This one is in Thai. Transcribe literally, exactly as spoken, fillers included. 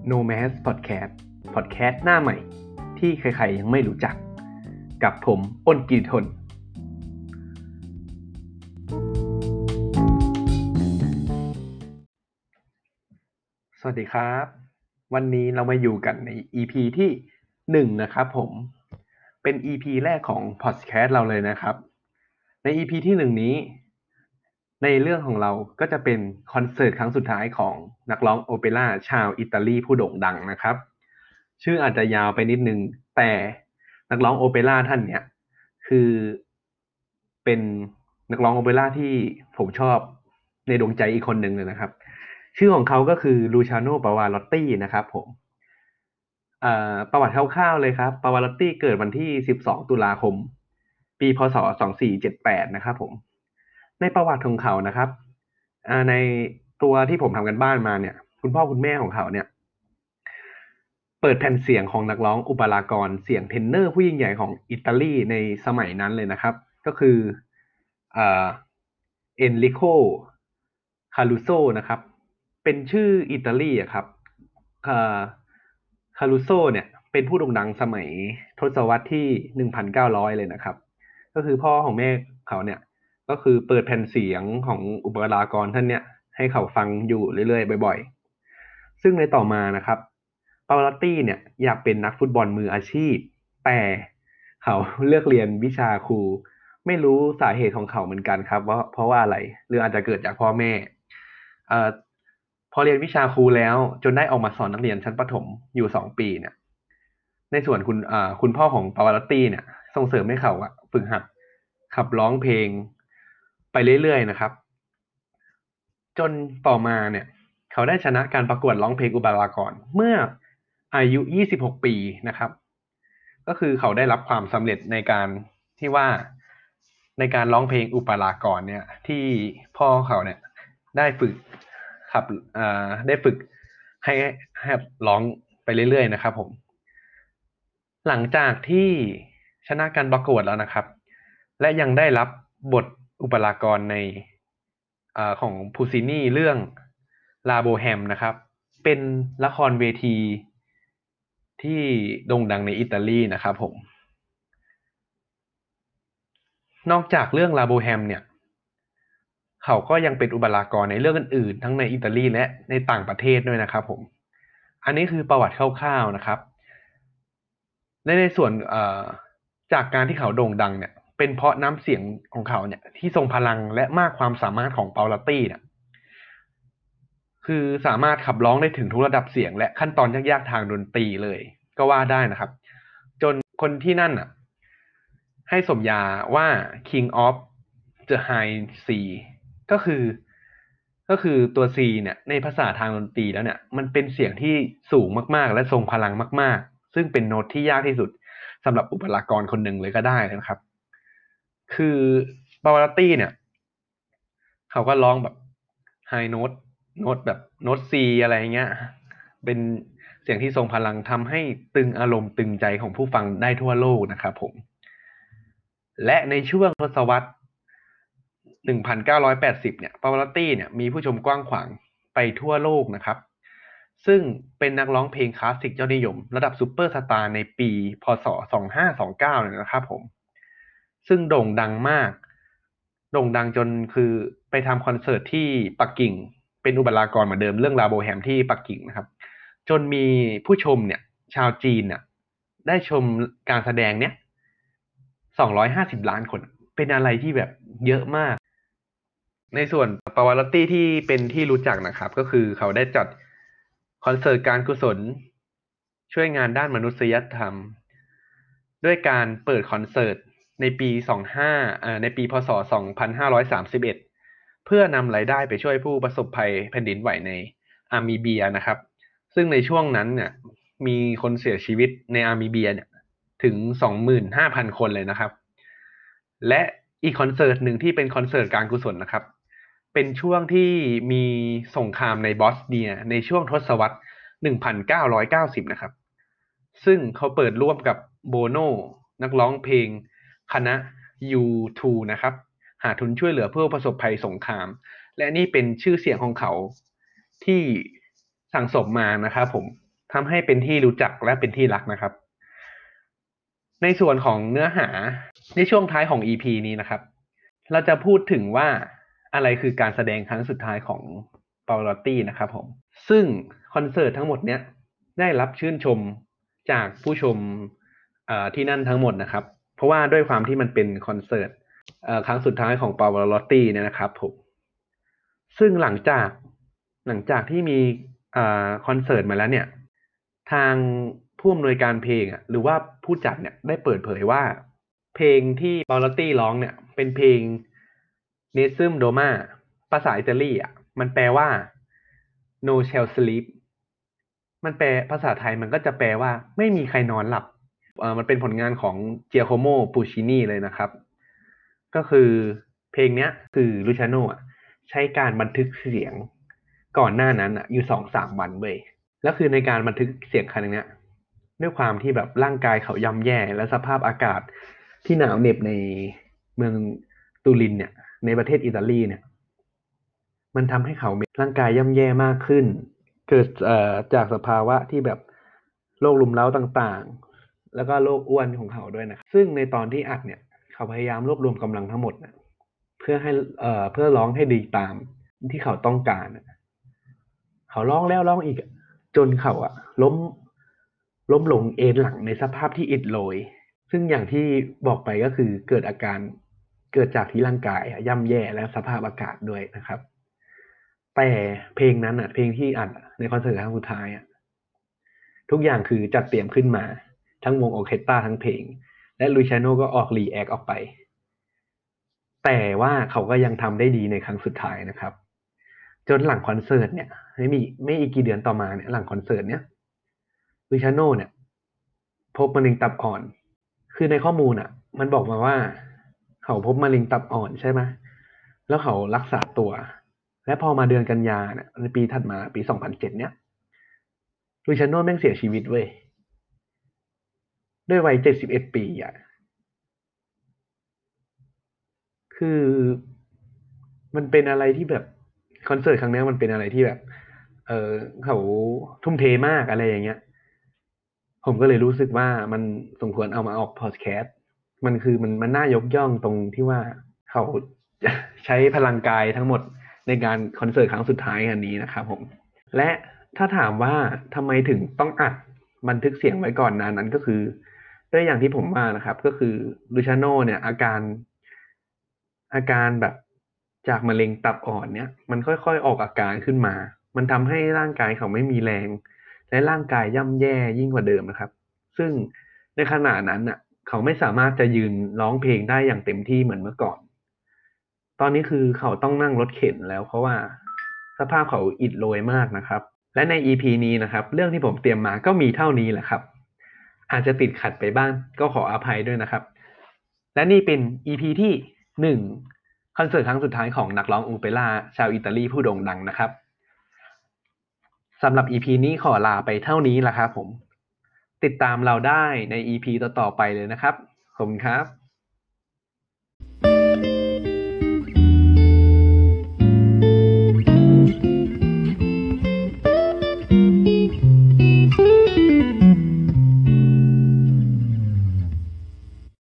Nomads Podcast Podcast หน้าใหม่ที่ใครๆยังไม่รู้จักกับผมอ้นกิติทนสวัสดีครับวันนี้เรามาอยู่กันใน อี พี ที่หนึ่งนะครับผมเป็น อี พี แรกของ Podcast เราเลยนะครับใน อี พี ที่หนึ่งนี้ในเรื่องของเราก็จะเป็นคอนเสิร์ตครั้งสุดท้ายของนักร้องโอเปร่าชาวอิตาลีผู้โด่งดังนะครับชื่ออาจจะยาวไปนิดนึงแต่นักร้องโอเปร่าท่านเนี้ยคือเป็นนักร้องโอเปร่าที่ผมชอบในดวงใจอีกคนหนึ่งเลยนะครับชื่อของเขาก็คือลูชาโน ปาวาลอตตี้นะครับผมเอ่อประวัติคร่าวๆเลยครับปาวาลอตตี้เกิดวันที่สิบสองตุลาคมปีพศสองพันสี่ร้อยเจ็ดสิบแปดนะครับผมในประวัติของเขานะครับอ่าในตัวที่ผมทำกันบ้านมาเนี่ยคุณพ่อคุณแม่ของเขาเนี่ยเปิดแผ่นเสียงของนักร้องอุปรากรเสียงเทนเนอร์ผู้ยิ่งใหญ่ของอิตาลีในสมัยนั้นเลยนะครับก็คือเอ่อเอนริโคคารูโซนะครับเป็นชื่ออิตาลีอะครับเอ่อคารูโซเนี่ยเป็นผู้โด่งดังสมัยทศวรรษที่หนึ่งพันเก้าร้อยเลยนะครับก็คือพ่อของแม่เขาเนี่ยก็คือเปิดแผ่นเสียงของอุปรากรท่านเนี่ยให้เขาฟังอยู่เรื่อยๆบ่อยๆซึ่งในต่อมานะครับ ปาวลอตตี้เนี่ยอยากเป็นนักฟุตบอลมืออาชีพแต่เขาเลือกเรียนวิชาครูไม่รู้สาเหตุของเขาเหมือนกันครับว่าเพราะว่าอะไรหรืออาจจะเกิดจากพ่อแม่เอ่อพอเรียนวิชาครูแล้วจนได้ออกมาสอนนักเรียนชั้นประถมอยู่สองปีเนี่ยในส่วนคุณอ่าคุณพ่อของปาวลอตตี้เนี่ยส่งเสริมให้เขาอะฝึกหัดขับร้องเพลงไปเรื่อยๆนะครับจนต่อมาเนี่ยเขาได้ชนะการประกวดร้องเพลงอุบลากรเมื่อ อายุยี่สิบหกปีนะครับก็คือเขาได้รับความสำเร็จในการที่ว่าในการร้องเพลงอุปรากรเนี่ยที่พ่อเขาเนี่ยได้ฝึกขับอ่าได้ฝึกให้ให้ร้องไปเรื่อยๆนะครับผมหลังจากที่ชนะการประกวดแล้วนะครับและยังได้รับบทอุปรากรในอ่าของพูซินีเรื่องลาโบแฮมนะครับเป็นละครเวทีที่โด่งดังในอิตาลีนะครับผมนอกจากเรื่องลาโบแฮมเนี่ยเขาก็ยังเป็นอุปรากรในเรื่องอื่นๆทั้งในอิตาลีและในต่างประเทศด้วยนะครับผมอันนี้คือประวัติคร่าวๆนะครับในในส่วนเอ่อจากการที่เขาโด่งดังเนี่ยเป็นเพราะน้ำเสียงของเขาเนี่ยที่ทรงพลังและมากความสามารถของเปาลอตตี้เนี่ยคือสามารถขับร้องได้ถึงทุกระดับเสียงและขั้นตอนยากๆทางดนตรีเลยก็ว่าได้นะครับจนคนที่นั่นอ่ะให้สมญาว่า King of the High C ก็คือก็คือตัว C เนี่ยในภาษาทางดนตรีแล้วเนี่ยมันเป็นเสียงที่สูงมากๆและทรงพลังมากๆซึ่งเป็นโน้ตที่ยากที่สุดสำหรับอุปรากรคนหนึ่งเลยก็ได้นะครับคือปาวาลตี้เนี่ยเขาก็ร้องแบบไฮโน้ตโน้ตแบบโน้ต C อะไรเงี้ยเป็นเสียงที่ทรงพลังทำให้ตึงอารมณ์ตึงใจของผู้ฟังได้ทั่วโลกนะครับผมและในช่วงทศวรรษหนึ่งพันเก้าร้อยแปดสิบเนี่ยปาวาลตี้เนี่ยมีผู้ชมกว้างขวางไปทั่วโลกนะครับซึ่งเป็นนักร้องเพลงคลาสสิกยอดนิยมระดับซูเปอร์สตาร์ในปีพศสองพันห้าร้อยยี่สิบเก้าเนี่ยนะครับผมซึ่งโด่งดังมากโด่งดังจนคือไปทำคอนเสิร์ตที่ปักกิ่งเป็นอุปรากรเหมือนเดิมเรื่องลาโบแฮมที่ปักกิ่งนะครับจนมีผู้ชมเนี่ยชาวจีนเนี่ยได้ชมการแสดงเนี้ยสองร้อยห้าสิบล้านคนเป็นอะไรที่แบบเยอะมาก ในส่วนปาวาลอตตี้ที่เป็นที่รู้จักนะครับก็คือเขาได้จัดคอนเสิร์ตการกุศลช่วยงานด้านมนุษยธรรมด้วยการเปิดคอนเสิร์ตในปีสองห้าเอ่อในปีพศสองพันห้าร้อยสามสิบเอ็ดเพื่อนำรายได้ไปช่วยผู้ประสบภัยแผ่นดินไหวในอาร์มีเบียนะครับซึ่งในช่วงนั้นเนี่ยมีคนเสียชีวิตในอาร์มีเบียเนี่ยถึง สองหมื่นห้าพัน คนเลยนะครับและอีกคอนเสิร์ตหนึ่งที่เป็นคอนเสิร์ตการกุศลนะครับ เป็นช่วงที่มีสงครามในบอสเนียในช่วงทศวรรษหนึ่งพันเก้าร้อยเก้าสิบนะครับซึ่งเขาเปิดร่วมกับโบโนนักร้องเพลงคณะ ยู ทู นะครับหาทุนช่วยเหลือผู้ประสบภัยสงครามและนี่เป็นชื่อเสียงของเขาที่สั่งสมมานะครับผมทำให้เป็นที่รู้จักและเป็นที่รักนะครับในส่วนของเนื้อหาในช่วงท้ายของ อี พี นี้นะครับเราจะพูดถึงว่าอะไรคือการแสดงครั้งสุดท้ายของปา v ล r ตี้นะครับผมซึ่งคอนเสิร์ตทั้งหมดเนี้ยได้รับชื่นชมจากผู้ชมที่นั่นทั้งหมดนะครับเพราะว่าด้วยความที่มันเป็นคอนเสิร์ตครั้งสุดท้ายของปา v ล r ตี้เนี่ยนะครับผมซึ่งหลังจากหลังจากที่มีคอนเสิร์ตมาแล้วเนี่ยทางผู้อำนวยการเพลงอ่ะหรือว่าผู้จัดเนี่ยได้เปิดเผยว่าเพลงที่ปา v ล r ตี้ร้องเนี่ยเป็นเพลงเนซึมโดมาภาษาอิตาลีอ่ะมันแปลว่า no shall sleep มันแปลภาษาไทยมันก็จะแปลว่าไม่มีใครนอนหลับเอ่อมันเป็นผลงานของเจียโคโมปูชินีเลยนะครับก็คือเพลงเนี้ยคือลูชาโน่อ่ะใช้การบันทึกเสียงก่อนหน้านั้นอ่ะอยู่สองสามวันเว้ยแล้วคือในการบันทึกเสียงครั้งเนี้ยด้วยความที่แบบร่างกายเขาย่ำแย่และสภาพอากาศที่หนาวเหน็บในเมืองตูรินเนี่ยในประเทศอิตาลีเนี่ยมันทำให้เขามีร่างกายย่ำแย่มากขึ้นเกิดเอ่อจากสภาวะที่แบบโรครุมเร้าต่างๆแล้วก็โรคอ้วนของเขาด้วยนะครับซึ่งในตอนที่อัดเนี่ยเขาพยายามรวบรวมกำลังทั้งหมดนะเพื่อให้เอ่อเพื่อร้องให้ดีตามที่เขาต้องการเขาร้องแล้วร้องอีกจนเขาอะล้มล้มลงเอนหลังในสภาพที่อิดโรยซึ่งอย่างที่บอกไปก็คือเกิดอาการเกิดจากที่ร่างกายย่ำแย่และสภาพอากาศด้วยนะครับแต่เพลงนั้นอ่ะเพลงที่อัดในคอนเสิร์ตครั้งสุดท้ายอ่ะทุกอย่างคือจัดเตรียมขึ้นมาทั้งวงออร์เคสตราทั้งเพลงและลุยชาโน่ก็ออกรีแอคออกไปแต่ว่าเขาก็ยังทำได้ดีในครั้งสุดท้ายนะครับจนหลังคอนเสิร์ตเนี่ยไม่มีไม่อีกกี่เดือนต่อมาเนี่ยหลังคอนเสิร์ตเนี่ยลุยชาโน่เนี่ยพบมะเร็งตับอ่อนคือในข้อมูลอ่ะมันบอกมาว่าเขาพบมะเร็งตับอ่อนใช่ไหมแล้วเขารักษาตัวและพอมาเดือนกันยาเนี่ยในปีถัดมาปีสองพันเจ็ดเนี่ยลุยชาโน่แม่งเสียชีวิตเว้ยด้วยวัยเจ็ดสิบเอ็ดปีอ่ะคือมันเป็นอะไรที่แบบคอนเสิร์ตครั้งนี้มันเป็นอะไรที่แบบเออเขาทุ่มเทมากอะไรอย่างเงี้ยผมก็เลยรู้สึกว่ามันสมควรเอามาออกพอดแคสต์มันคือมันมันน่ายกย่องตรงที่ว่าเขาใช้พลังกายทั้งหมดในการคอนเสิร์ตครั้งสุดท้ายอันนี้นะครับผมและถ้าถามว่าทำไมถึงต้องอัดบันทึกเสียงไว้ก่อนนานนั้นก็คือด้วยอย่างที่ผมว่านะครับก็คือลูชาโน่เนี่ยอาการอาการแบบจากมะเร็งตับอ่อนเนี่ยมันค่อยๆออกอาการขึ้นมามันทำให้ร่างกายเขาไม่มีแรงและร่างกายย่ำแย่ยิ่งกว่าเดิมนะครับซึ่งในขณะนั้นน่ะเขาไม่สามารถจะยืนร้องเพลงได้อย่างเต็มที่เหมือนเมื่อก่อนตอนนี้คือเขาต้องนั่งรถเข็นแล้วเพราะว่าสภาพเขาอิดโรยมากนะครับ และใน อี พี นี้นะครับเรื่องที่ผมเตรียมมาก็มีเท่านี้แหละครับอาจจะติดขัดไปบ้างก็ขออภัยด้วยนะครับและนี่เป็น อี พี ที่หนึ่งคอนเสิร์ตครั้งสุดท้ายของนักร้องโอเปร่าชาวอิตาลีผู้โด่งดังนะครับสำหรับ อี พี นี้ขอลาไปเท่านี้ละครับผมติดตามเราได้ใน อี พี ต่อๆไปเลยนะครับขอบคุณครับ